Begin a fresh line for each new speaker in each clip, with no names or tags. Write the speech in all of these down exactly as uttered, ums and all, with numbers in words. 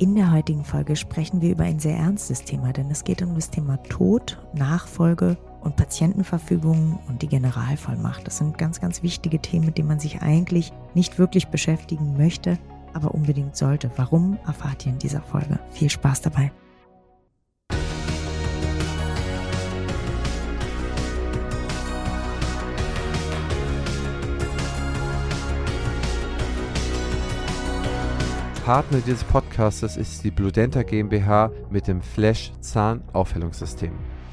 In der heutigen Folge sprechen wir über ein sehr ernstes Thema, denn es geht um das Thema Tod, Nachfolge und Patientenverfügung und die Generalvollmacht. Das sind ganz, ganz wichtige Themen, mit denen man sich eigentlich nicht wirklich beschäftigen möchte, aber unbedingt sollte. Warum, erfahrt ihr in dieser Folge. Viel Spaß dabei.
Partner dieses Podcastes ist die Bludenta GmbH mit dem Flash Zahnaufhellungssystem.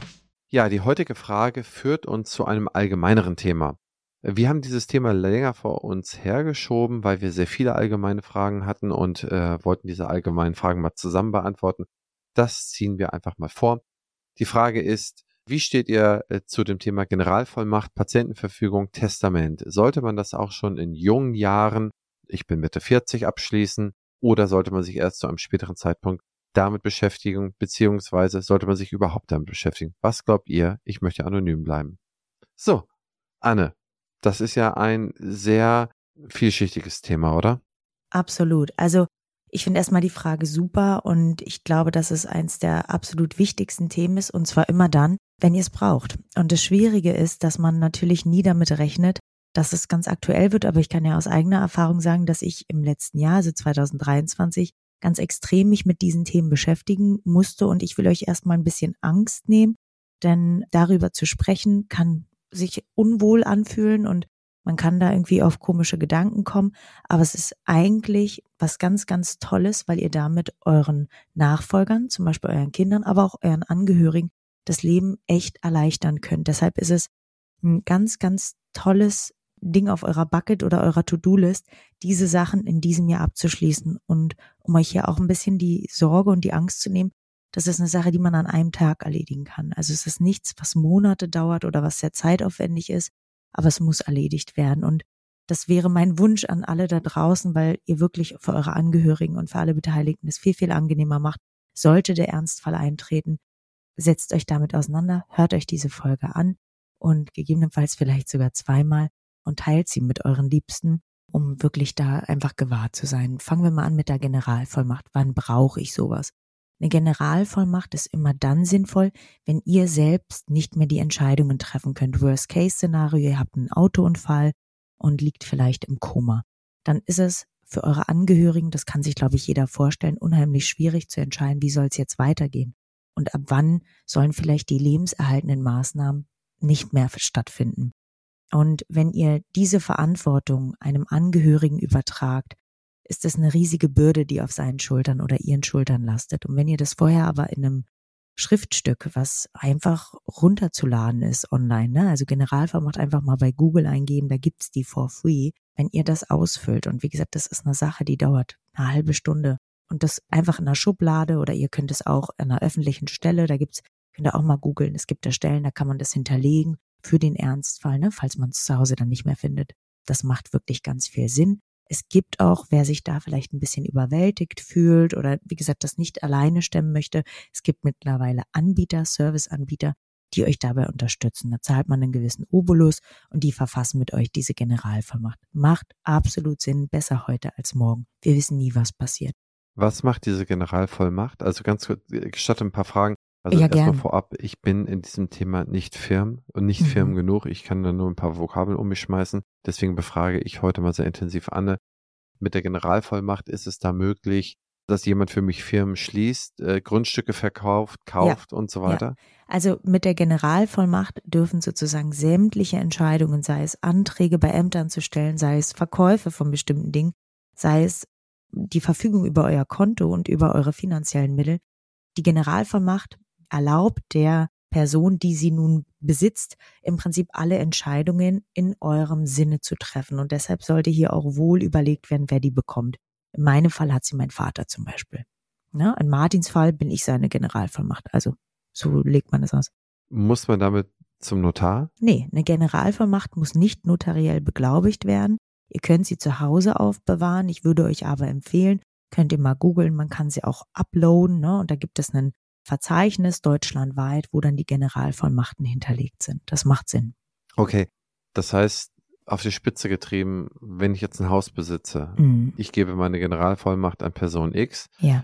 Ja, die heutige Frage führt uns zu einem allgemeineren Thema. Wir haben dieses Thema länger vor uns hergeschoben, weil wir sehr viele allgemeine Fragen hatten und äh, wollten diese allgemeinen Fragen mal zusammen beantworten. Das ziehen wir einfach mal vor. Die Frage ist, wie steht ihr äh, zu dem Thema Generalvollmacht, Patientenverfügung, Testament? Sollte man das auch schon in jungen Jahren, ich bin Mitte vierzig, abschließen? Oder sollte man sich erst zu einem späteren Zeitpunkt damit beschäftigen, beziehungsweise sollte man sich überhaupt damit beschäftigen? Was glaubt ihr? Ich möchte anonym bleiben. So, Anne, das ist ja ein sehr vielschichtiges Thema, oder?
Absolut. Also ich finde erstmal die Frage super und ich glaube, dass es eins der absolut wichtigsten Themen ist und zwar immer dann, wenn ihr es braucht. Und das Schwierige ist, dass man natürlich nie damit rechnet, dass es ganz aktuell wird, aber ich kann ja aus eigener Erfahrung sagen, dass ich im letzten Jahr, also zwanzig dreiundzwanzig, ganz extrem mich mit diesen Themen beschäftigen musste und ich will euch erstmal ein bisschen Angst nehmen, denn darüber zu sprechen kann sich unwohl anfühlen und man kann da irgendwie auf komische Gedanken kommen, aber es ist eigentlich was ganz, ganz Tolles, weil ihr damit euren Nachfolgern, zum Beispiel euren Kindern, aber auch euren Angehörigen das Leben echt erleichtern könnt. Deshalb ist es ein ganz, ganz tolles Ding auf eurer Bucket oder eurer To-Do-List, diese Sachen in diesem Jahr abzuschließen und um euch hier auch ein bisschen die Sorge und die Angst zu nehmen, das ist eine Sache, die man an einem Tag erledigen kann. Also es ist nichts, was Monate dauert oder was sehr zeitaufwendig ist, aber es muss erledigt werden und das wäre mein Wunsch an alle da draußen, weil ihr wirklich für eure Angehörigen und für alle Beteiligten es viel, viel angenehmer macht. Sollte der Ernstfall eintreten, setzt euch damit auseinander, hört euch diese Folge an und gegebenenfalls vielleicht sogar zweimal und teilt sie mit euren Liebsten, um wirklich da einfach gewahrt zu sein. Fangen wir mal an mit der Generalvollmacht. Wann brauche ich sowas? Eine Generalvollmacht ist immer dann sinnvoll, wenn ihr selbst nicht mehr die Entscheidungen treffen könnt. Worst-Case-Szenario, ihr habt einen Autounfall und liegt vielleicht im Koma. Dann ist es für eure Angehörigen, das kann sich, glaube ich, jeder vorstellen, unheimlich schwierig zu entscheiden, wie soll es jetzt weitergehen. Und ab wann sollen vielleicht die lebenserhaltenden Maßnahmen nicht mehr stattfinden. Und wenn ihr diese Verantwortung einem Angehörigen übertragt, ist es eine riesige Bürde, die auf seinen Schultern oder ihren Schultern lastet. Und wenn ihr das vorher aber in einem Schriftstück, was einfach runterzuladen ist online, ne? Also Generalvollmacht einfach mal bei Google eingeben, da gibt's die for free, wenn ihr das ausfüllt. Und wie gesagt, das ist eine Sache, die dauert eine halbe Stunde. Und das einfach in einer Schublade oder ihr könnt es auch an einer öffentlichen Stelle, da gibt's, könnt ihr auch mal googeln, es gibt da Stellen, da kann man das hinterlegen. Für den Ernstfall, ne, falls man es zu Hause dann nicht mehr findet. Das macht wirklich ganz viel Sinn. Es gibt auch, wer sich da vielleicht ein bisschen überwältigt fühlt oder wie gesagt, das nicht alleine stemmen möchte, es gibt mittlerweile Anbieter, Serviceanbieter, die euch dabei unterstützen. Da zahlt man einen gewissen Obolus und die verfassen mit euch diese Generalvollmacht. Macht absolut Sinn, besser heute als morgen. Wir wissen nie, was passiert.
Was macht diese Generalvollmacht? Also ganz kurz, gestatte ein paar Fragen. Also
ja,
erstmal
gern.
vorab, ich bin in diesem Thema nicht firm und nicht
Mhm.
firm genug. Ich kann da nur ein paar Vokabeln um mich schmeißen. Deswegen befrage ich heute mal sehr intensiv Anne. Mit der Generalvollmacht ist es da möglich, dass jemand für mich Firmen schließt, äh, Grundstücke verkauft, kauft
Ja.
und so weiter?
Ja. Also mit der Generalvollmacht dürfen sozusagen sämtliche Entscheidungen, sei es Anträge bei Ämtern zu stellen, sei es Verkäufe von bestimmten Dingen, sei es die Verfügung über euer Konto und über eure finanziellen Mittel, die Generalvollmacht erlaubt der Person, die sie nun besitzt, im Prinzip alle Entscheidungen in eurem Sinne zu treffen. Und deshalb sollte hier auch wohl überlegt werden, wer die bekommt. In meinem Fall hat sie mein Vater zum Beispiel. Ja, in Martins Fall bin ich seine Generalvollmacht. Also so legt man es aus.
Muss man damit zum Notar?
Nee, eine Generalvollmacht muss nicht notariell beglaubigt werden. Ihr könnt sie zu Hause aufbewahren. Ich würde euch aber empfehlen, könnt ihr mal googeln, man kann sie auch uploaden, ne? Und da gibt es ein Verzeichnis deutschlandweit, wo dann die Generalvollmachten hinterlegt sind. Das macht Sinn.
Okay, das heißt, auf die Spitze getrieben, wenn ich jetzt ein Haus besitze,
Mhm.
ich gebe meine Generalvollmacht an Person X,
Ja.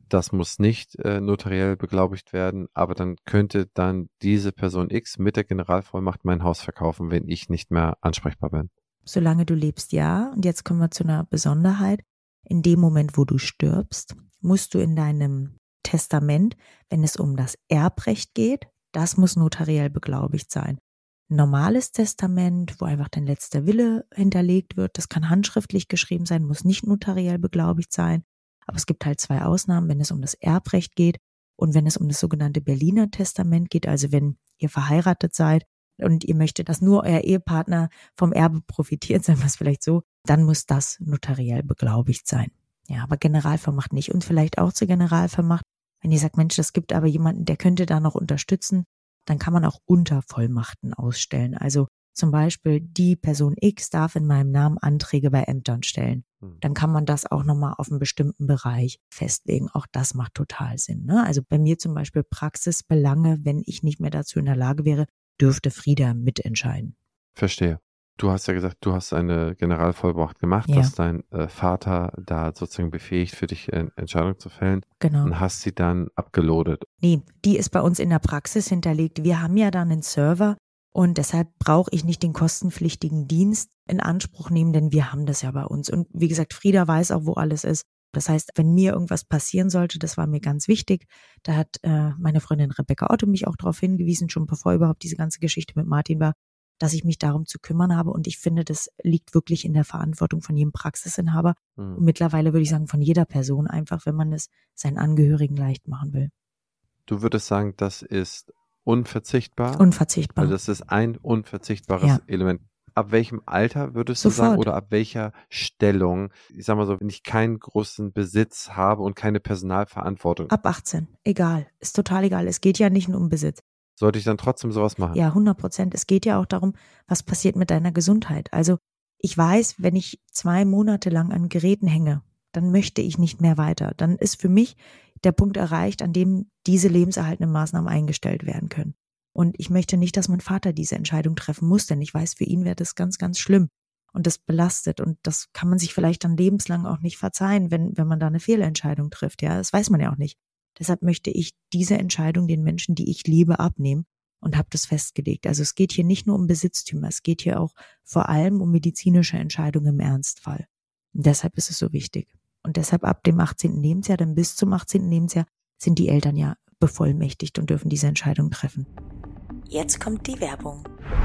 das muss nicht äh, notariell beglaubigt werden, aber dann könnte dann diese Person X mit der Generalvollmacht mein Haus verkaufen, wenn ich nicht mehr ansprechbar bin.
Solange du lebst, ja. Und jetzt kommen wir zu einer Besonderheit. In dem Moment, wo du stirbst, musst du in deinem Testament, wenn es um das Erbrecht geht, das muss notariell beglaubigt sein. Ein normales Testament, wo einfach dein letzter Wille hinterlegt wird, das kann handschriftlich geschrieben sein, muss nicht notariell beglaubigt sein. Aber es gibt halt zwei Ausnahmen, wenn es um das Erbrecht geht und wenn es um das sogenannte Berliner Testament geht, also wenn ihr verheiratet seid und ihr möchtet, dass nur euer Ehepartner vom Erbe profitiert, sagen wir es vielleicht so, dann muss das notariell beglaubigt sein. Ja, aber Generalvollmacht nicht. Und vielleicht auch zur Generalvollmacht, wenn ihr sagt, Mensch, das gibt aber jemanden, der könnte da noch unterstützen, dann kann man auch Untervollmachten ausstellen. Also zum Beispiel, die Person X darf in meinem Namen Anträge bei Ämtern stellen. Dann kann man das auch nochmal auf einen bestimmten Bereich festlegen. Auch das macht total Sinn, ne? Also bei mir zum Beispiel Praxisbelange, wenn ich nicht mehr dazu in der Lage wäre, dürfte Frieda mitentscheiden.
Verstehe. Du hast ja gesagt, du hast eine Generalvollmacht gemacht,
Ja.
dass dein äh, Vater da sozusagen befähigt, für dich äh, Entscheidungen zu fällen.
Genau.
Und hast sie dann abgeloadet.
Nee, die ist bei uns in der Praxis hinterlegt. Wir haben ja dann einen Server und deshalb brauche ich nicht den kostenpflichtigen Dienst in Anspruch nehmen, denn wir haben das ja bei uns. Und wie gesagt, Frieda weiß auch, wo alles ist. Das heißt, wenn mir irgendwas passieren sollte, das war mir ganz wichtig, da hat äh, meine Freundin Rebecca Otto mich auch darauf hingewiesen, schon bevor überhaupt diese ganze Geschichte mit Martin war, dass ich mich darum zu kümmern habe. Und ich finde, das liegt wirklich in der Verantwortung von jedem Praxisinhaber.
Hm.
Und mittlerweile würde ich sagen, von jeder Person einfach, wenn man es seinen Angehörigen leicht machen will.
Du würdest sagen, das ist unverzichtbar?
Unverzichtbar.
Also das ist ein unverzichtbares
Ja.
Element. Ab welchem Alter würdest
Sofort.
du sagen oder ab welcher Stellung? Ich sag mal so, wenn ich keinen großen Besitz habe und keine Personalverantwortung,
Ab achtzehn, egal, ist total egal. Es geht ja nicht nur um Besitz.
sollte ich dann trotzdem sowas machen?
Ja, hundert Prozent. Es geht ja auch darum, was passiert mit deiner Gesundheit. Also ich weiß, wenn ich zwei Monate lang an Geräten hänge, dann möchte ich nicht mehr weiter. Dann ist für mich der Punkt erreicht, an dem diese lebenserhaltenden Maßnahmen eingestellt werden können. Und ich möchte nicht, dass mein Vater diese Entscheidung treffen muss, denn ich weiß, für ihn wäre das ganz, ganz schlimm. Und das belastet. Und das kann man sich vielleicht dann lebenslang auch nicht verzeihen, wenn, wenn man da eine Fehlentscheidung trifft. Ja, das weiß man ja auch nicht. Deshalb möchte ich diese Entscheidung den Menschen, die ich liebe, abnehmen und habe das festgelegt. Also es geht hier nicht nur um Besitztümer, es geht hier auch vor allem um medizinische Entscheidungen im Ernstfall. Und deshalb ist es so wichtig. Und deshalb ab dem achtzehnten Lebensjahr, dann bis zum achtzehnten Lebensjahr, sind die Eltern ja bevollmächtigt und dürfen diese Entscheidung treffen. Jetzt kommt die Werbung.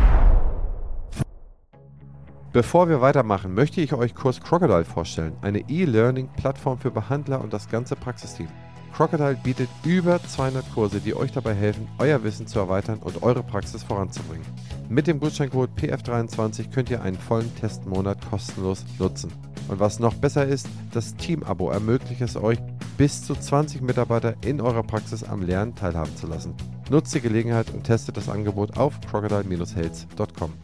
Bevor wir weitermachen, möchte ich euch Kurs Crocodile vorstellen, eine E-Learning-Plattform für Behandler und das ganze Praxisteam. Crocodile bietet über zweihundert Kurse, die euch dabei helfen, euer Wissen zu erweitern und eure Praxis voranzubringen. Mit dem Gutscheincode P F dreiundzwanzig könnt ihr einen vollen Testmonat kostenlos nutzen. Und was noch besser ist, das Team-Abo ermöglicht es euch, bis zu zwanzig Mitarbeiter in eurer Praxis am Lernen teilhaben zu lassen. Nutzt die Gelegenheit und testet das Angebot auf crocodile Bindestrich health Punkt com.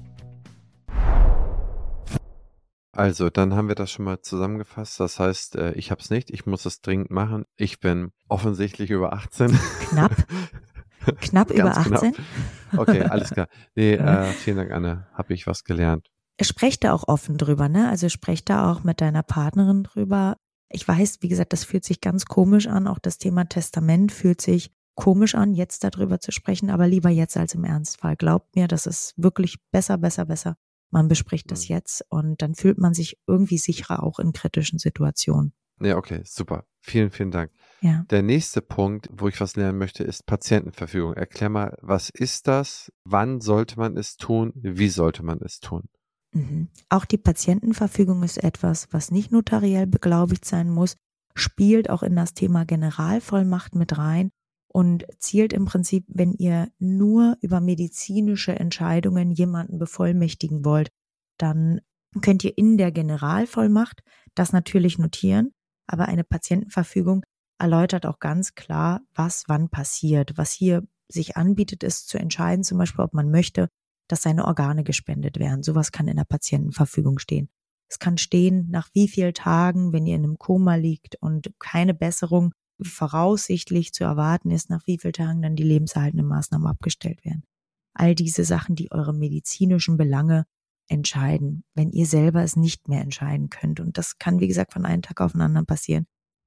Also, dann haben wir das schon mal zusammengefasst. Das heißt, ich habe es nicht, ich muss es dringend machen. Ich bin offensichtlich über achtzehn.
Knapp. Knapp über achtzehn.
Knapp. Okay, alles klar. Nee, äh, vielen Dank, Anne. Habe ich was gelernt.
Sprecht da auch offen drüber, ne? Also sprecht da auch mit deiner Partnerin drüber. Ich weiß, wie gesagt, das fühlt sich ganz komisch an. Auch das Thema Testament fühlt sich komisch an, jetzt darüber zu sprechen, aber lieber jetzt als im Ernstfall. Glaubt mir, das ist wirklich besser, besser, besser. Man bespricht das jetzt und dann fühlt man sich irgendwie sicherer auch in kritischen Situationen.
Ja, okay, super. Vielen, vielen Dank.
Ja.
Der nächste Punkt, wo ich was lernen möchte, ist Patientenverfügung. Erklär mal, was ist das? Wann sollte man es tun? Wie sollte man es tun?
Mhm. Auch die Patientenverfügung ist etwas, was nicht notariell beglaubigt sein muss, spielt auch in das Thema Generalvollmacht mit rein und zielt im Prinzip, wenn ihr nur über medizinische Entscheidungen jemanden bevollmächtigen wollt, dann könnt ihr in der Generalvollmacht das natürlich notieren, aber eine Patientenverfügung erläutert auch ganz klar, was wann passiert. Was hier sich anbietet, ist zu entscheiden, zum Beispiel, ob man möchte, dass seine Organe gespendet werden. Sowas kann in der Patientenverfügung stehen. Es kann stehen, nach wie vielen Tagen, wenn ihr in einem Koma liegt und keine Besserung voraussichtlich zu erwarten ist, nach wie vielen Tagen dann die lebenserhaltenden Maßnahmen abgestellt werden. All diese Sachen, die eure medizinischen Belange entscheiden, wenn ihr selber es nicht mehr entscheiden könnt. Und das kann, wie gesagt, von einem Tag auf den anderen passieren.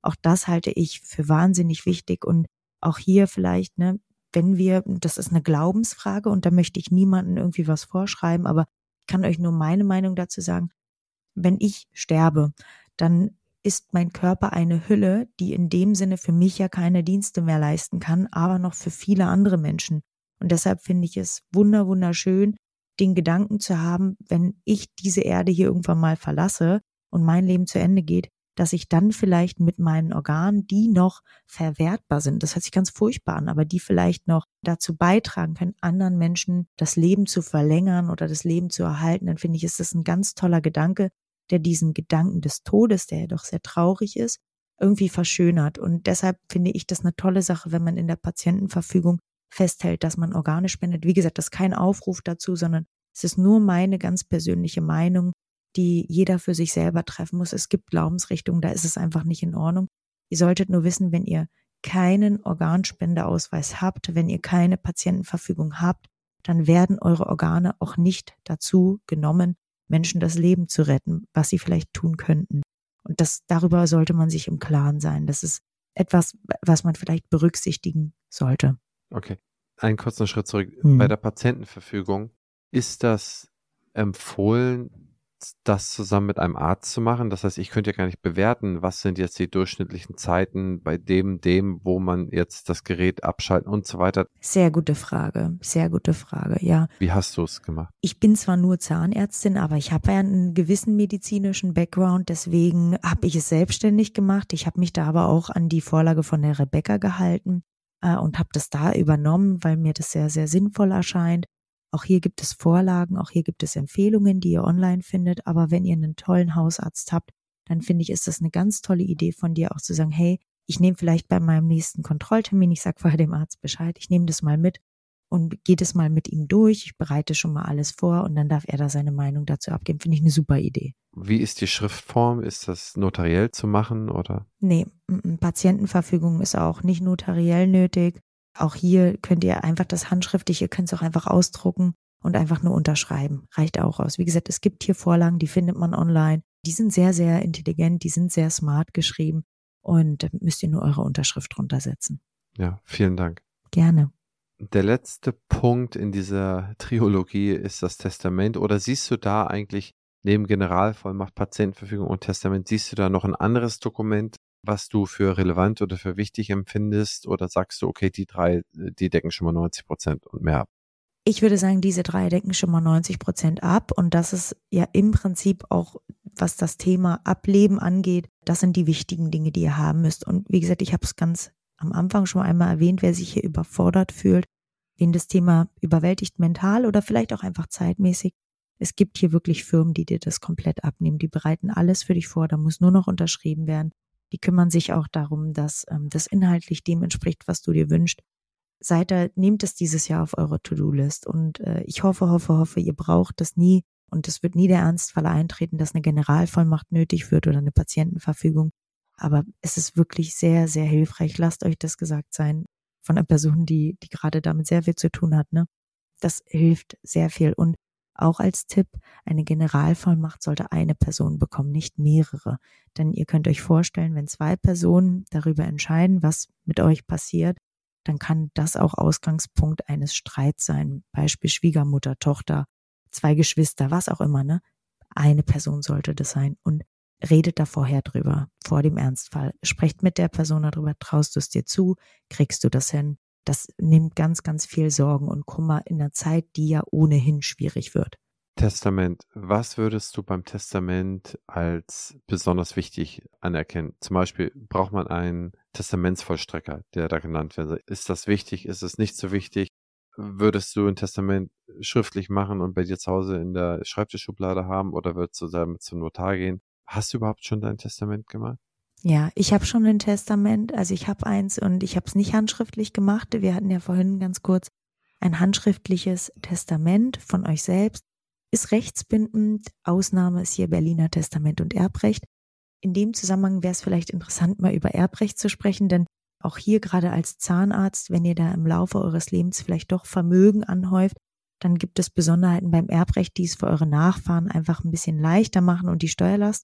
Auch das halte ich für wahnsinnig wichtig. Und auch hier vielleicht, ne, wenn wir, das ist eine Glaubensfrage und da möchte ich niemandem irgendwie was vorschreiben, aber ich kann euch nur meine Meinung dazu sagen, wenn ich sterbe, dann ist mein Körper eine Hülle, die in dem Sinne für mich ja keine Dienste mehr leisten kann, aber noch für viele andere Menschen. Und deshalb finde ich es wunder, wunderschön, den Gedanken zu haben, wenn ich diese Erde hier irgendwann mal verlasse und mein Leben zu Ende geht, dass ich dann vielleicht mit meinen Organen, die noch verwertbar sind, das hört sich ganz furchtbar an, aber die vielleicht noch dazu beitragen können, anderen Menschen das Leben zu verlängern oder das Leben zu erhalten, dann finde ich, ist das ein ganz toller Gedanke, der diesen Gedanken des Todes, der ja doch sehr traurig ist, irgendwie verschönert. Und deshalb finde ich das eine tolle Sache, wenn man in der Patientenverfügung festhält, dass man Organe spendet. Wie gesagt, das ist kein Aufruf dazu, sondern es ist nur meine ganz persönliche Meinung, die jeder für sich selber treffen muss. Es gibt Glaubensrichtungen, da ist es einfach nicht in Ordnung. Ihr solltet nur wissen, wenn ihr keinen Organspendeausweis habt, wenn ihr keine Patientenverfügung habt, dann werden eure Organe auch nicht dazu genommen, Menschen das Leben zu retten, was sie vielleicht tun könnten. Und das, darüber sollte man sich im Klaren sein. Das ist etwas, was man vielleicht berücksichtigen sollte.
Okay, einen kurzen Schritt zurück.
Hm.
Bei der Patientenverfügung, ist das empfohlen, das zusammen mit einem Arzt zu machen? Das heißt, ich könnte ja gar nicht bewerten, was sind jetzt die durchschnittlichen Zeiten bei dem, dem, wo man jetzt das Gerät abschalten und so weiter.
Sehr gute Frage, sehr gute Frage, ja.
Wie hast du es gemacht?
Ich bin zwar nur Zahnärztin, aber ich habe ja einen gewissen medizinischen Background, deswegen habe ich es selbstständig gemacht. Ich habe mich da aber auch an die Vorlage von der Rebecca gehalten äh, und habe das da übernommen, weil mir das sehr, sehr sinnvoll erscheint. Auch hier gibt es Vorlagen, auch hier gibt es Empfehlungen, die ihr online findet. Aber wenn ihr einen tollen Hausarzt habt, dann finde ich, ist das eine ganz tolle Idee von dir auch zu sagen, hey, ich nehme vielleicht bei meinem nächsten Kontrolltermin, ich sage vorher dem Arzt Bescheid, ich nehme das mal mit und gehe das mal mit ihm durch. Ich bereite schon mal alles vor und dann darf er da seine Meinung dazu abgeben. Finde ich eine super Idee.
Wie ist die Schriftform? Ist das notariell zu machen oder?
Nee, m-m, Patientenverfügung ist auch nicht notariell nötig. Auch hier könnt ihr einfach das handschriftlich, ihr könnt es auch einfach ausdrucken und einfach nur unterschreiben. Reicht auch aus. Wie gesagt, es gibt hier Vorlagen, die findet man online. Die sind sehr, sehr intelligent, die sind sehr smart geschrieben und da müsst ihr nur eure Unterschrift drunter setzen.
Ja, vielen Dank.
Gerne.
Der letzte Punkt in dieser Trilogie ist das Testament. Oder siehst du da eigentlich neben Generalvollmacht, Patientenverfügung und Testament, siehst du da noch ein anderes Dokument, was du für relevant oder für wichtig empfindest? Oder sagst du, okay, die drei, die decken schon mal neunzig Prozent und mehr ab?
Ich würde sagen, diese drei decken schon mal neunzig Prozent ab und das ist ja im Prinzip auch, was das Thema Ableben angeht, das sind die wichtigen Dinge, die ihr haben müsst. Und wie gesagt, ich habe es ganz am Anfang schon einmal erwähnt, wer sich hier überfordert fühlt, wen das Thema überwältigt mental oder vielleicht auch einfach zeitmäßig. Es gibt hier wirklich Firmen, die dir das komplett abnehmen. Die bereiten alles für dich vor, da muss nur noch unterschrieben werden. Die kümmern sich auch darum, dass ähm, das inhaltlich dem entspricht, was du dir wünschst. Seid da, nehmt es dieses Jahr auf eure To-Do-List und äh, ich hoffe, hoffe, hoffe, ihr braucht das nie und es wird nie der Ernstfall eintreten, dass eine Generalvollmacht nötig wird oder eine Patientenverfügung. Aber es ist wirklich sehr, sehr hilfreich. Lasst euch das gesagt sein von einer Person, die, die gerade damit sehr viel zu tun hat, ne? Das hilft sehr viel. Und auch als Tipp, eine Generalvollmacht sollte eine Person bekommen, nicht mehrere. Denn ihr könnt euch vorstellen, wenn zwei Personen darüber entscheiden, was mit euch passiert, dann kann das auch Ausgangspunkt eines Streits sein. Beispiel Schwiegermutter, Tochter, zwei Geschwister, was auch immer, ne? Eine Person sollte das sein. Und redet da vorher drüber, vor dem Ernstfall. Sprecht mit der Person darüber, traust du es dir zu, kriegst du das hin. Das nimmt ganz, ganz viel Sorgen und Kummer in einer Zeit, die ja ohnehin schwierig wird.
Testament. Was würdest du beim Testament als besonders wichtig anerkennen? Zum Beispiel braucht man einen Testamentsvollstrecker, der da genannt wird. Ist das wichtig? Ist es nicht so wichtig? Würdest du ein Testament schriftlich machen und bei dir zu Hause in der Schreibtischschublade haben oder würdest du damit zum Notar gehen? Hast du überhaupt schon dein Testament gemacht?
Ja, ich habe schon ein Testament, also ich habe eins und ich habe es nicht handschriftlich gemacht. Wir hatten ja vorhin ganz kurz ein handschriftliches Testament von euch selbst. Ist rechtsbindend, Ausnahme ist hier Berliner Testament und Erbrecht. In dem Zusammenhang wäre es vielleicht interessant, mal über Erbrecht zu sprechen, denn auch hier gerade als Zahnarzt, wenn ihr da im Laufe eures Lebens vielleicht doch Vermögen anhäuft, dann gibt es Besonderheiten beim Erbrecht, die es für eure Nachfahren einfach ein bisschen leichter machen und die Steuerlast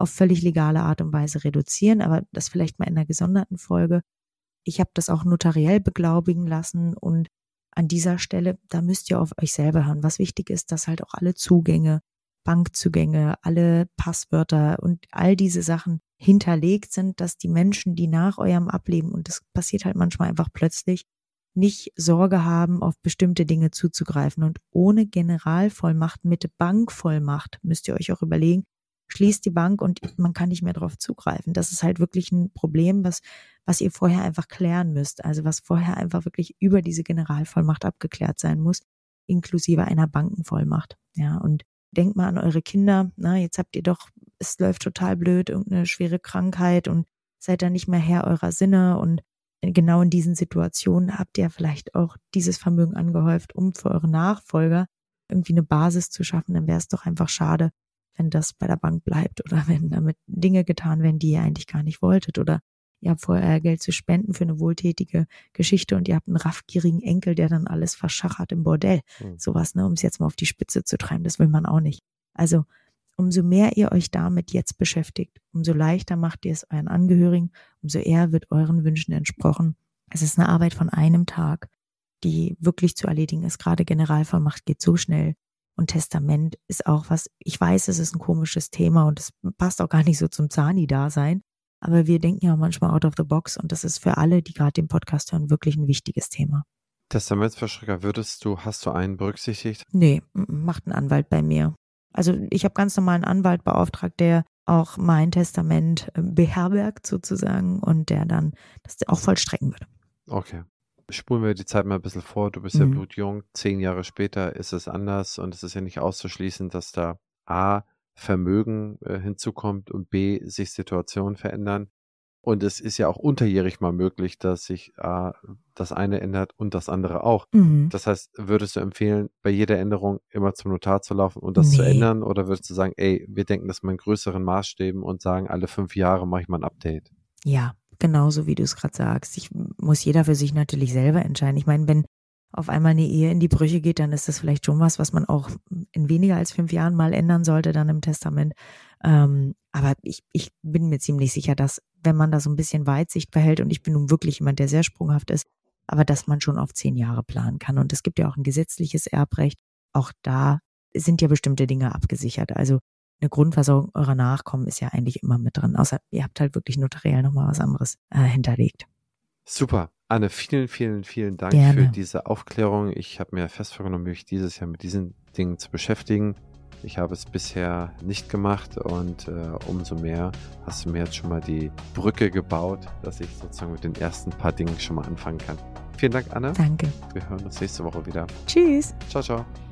auf völlig legale Art und Weise reduzieren, aber das vielleicht mal in einer gesonderten Folge. Ich habe das auch notariell beglaubigen lassen und an dieser Stelle, da müsst ihr auf euch selber hören. Was wichtig ist, dass halt auch alle Zugänge, Bankzugänge, alle Passwörter und all diese Sachen hinterlegt sind, dass die Menschen, die nach eurem Ableben, und das passiert halt manchmal einfach plötzlich, nicht Sorge haben, auf bestimmte Dinge zuzugreifen. Und ohne Generalvollmacht mit Bankvollmacht müsst ihr euch auch überlegen, schließt die Bank und man kann nicht mehr darauf zugreifen. Das ist halt wirklich ein Problem, was, was ihr vorher einfach klären müsst. Also was vorher einfach wirklich über diese Generalvollmacht abgeklärt sein muss, inklusive einer Bankenvollmacht. Ja, und denkt mal an eure Kinder. Na, jetzt habt ihr doch, es läuft total blöd, irgendeine schwere Krankheit und seid dann nicht mehr Herr eurer Sinne. Und genau in diesen Situationen habt ihr vielleicht auch dieses Vermögen angehäuft, um für eure Nachfolger irgendwie eine Basis zu schaffen. Dann wäre es doch einfach schade, wenn das bei der Bank bleibt oder wenn damit Dinge getan werden, die ihr eigentlich gar nicht wolltet, oder ihr habt vorher Geld zu spenden für eine wohltätige Geschichte und ihr habt einen raffgierigen Enkel, der dann alles verschachert im Bordell. Mhm. Sowas, ne, um es jetzt mal auf die Spitze zu treiben, das will man auch nicht. Also umso mehr ihr euch damit jetzt beschäftigt, umso leichter macht ihr es euren Angehörigen, umso eher wird euren Wünschen entsprochen. Es ist eine Arbeit von einem Tag, die wirklich zu erledigen ist. Gerade Generalvollmacht geht so schnell. Und Testament ist auch was, ich weiß, es ist ein komisches Thema und es passt auch gar nicht so zum Zani-Dasein, aber wir denken ja manchmal out of the box und das ist für alle, die gerade den Podcast hören, wirklich ein wichtiges Thema.
Testamentsvollstrecker würdest du, hast du einen berücksichtigt?
Nee, macht ein Anwalt bei mir. Also ich habe ganz normal einen Anwalt beauftragt, der auch mein Testament beherbergt sozusagen und der dann das auch vollstrecken würde.
Okay. Spulen wir die Zeit mal ein bisschen vor. Du bist mhm. ja blutjung. Zehn Jahre später ist es anders und es ist ja nicht auszuschließen, dass da A, Vermögen äh, hinzukommt und B, sich Situationen verändern. Und es ist ja auch unterjährig mal möglich, dass sich A, das eine ändert und das andere auch. Mhm. Das heißt, würdest du empfehlen, bei jeder Änderung immer zum Notar zu laufen und das nee. zu ändern? Oder würdest du sagen, ey, wir denken das mal in größeren Maßstäben und sagen, alle fünf Jahre mache ich mal ein Update?
Ja. Genauso wie du es gerade sagst. Ich muss jeder für sich natürlich selber entscheiden. Ich meine, wenn auf einmal eine Ehe in die Brüche geht, dann ist das vielleicht schon was, was man auch in weniger als fünf Jahren mal ändern sollte, dann im Testament. Ähm, aber ich, ich bin mir ziemlich sicher, dass wenn man da so ein bisschen Weitsicht behält, und ich bin nun wirklich jemand, der sehr sprunghaft ist, aber dass man schon auf zehn Jahre planen kann. Und es gibt ja auch ein gesetzliches Erbrecht. Auch da sind ja bestimmte Dinge abgesichert. Also eine Grundversorgung eurer Nachkommen ist ja eigentlich immer mit drin, außer ihr habt halt wirklich notariell nochmal was anderes äh, hinterlegt.
Super. Anne, vielen, vielen, vielen Dank
Gerne.
für diese Aufklärung. Ich habe mir fest vorgenommen, mich dieses Jahr mit diesen Dingen zu beschäftigen. Ich habe es bisher nicht gemacht und äh, umso mehr hast du mir jetzt schon mal die Brücke gebaut, dass ich sozusagen mit den ersten paar Dingen schon mal anfangen kann. Vielen Dank, Anne.
Danke.
Wir hören uns nächste Woche wieder.
Tschüss.
Ciao, ciao.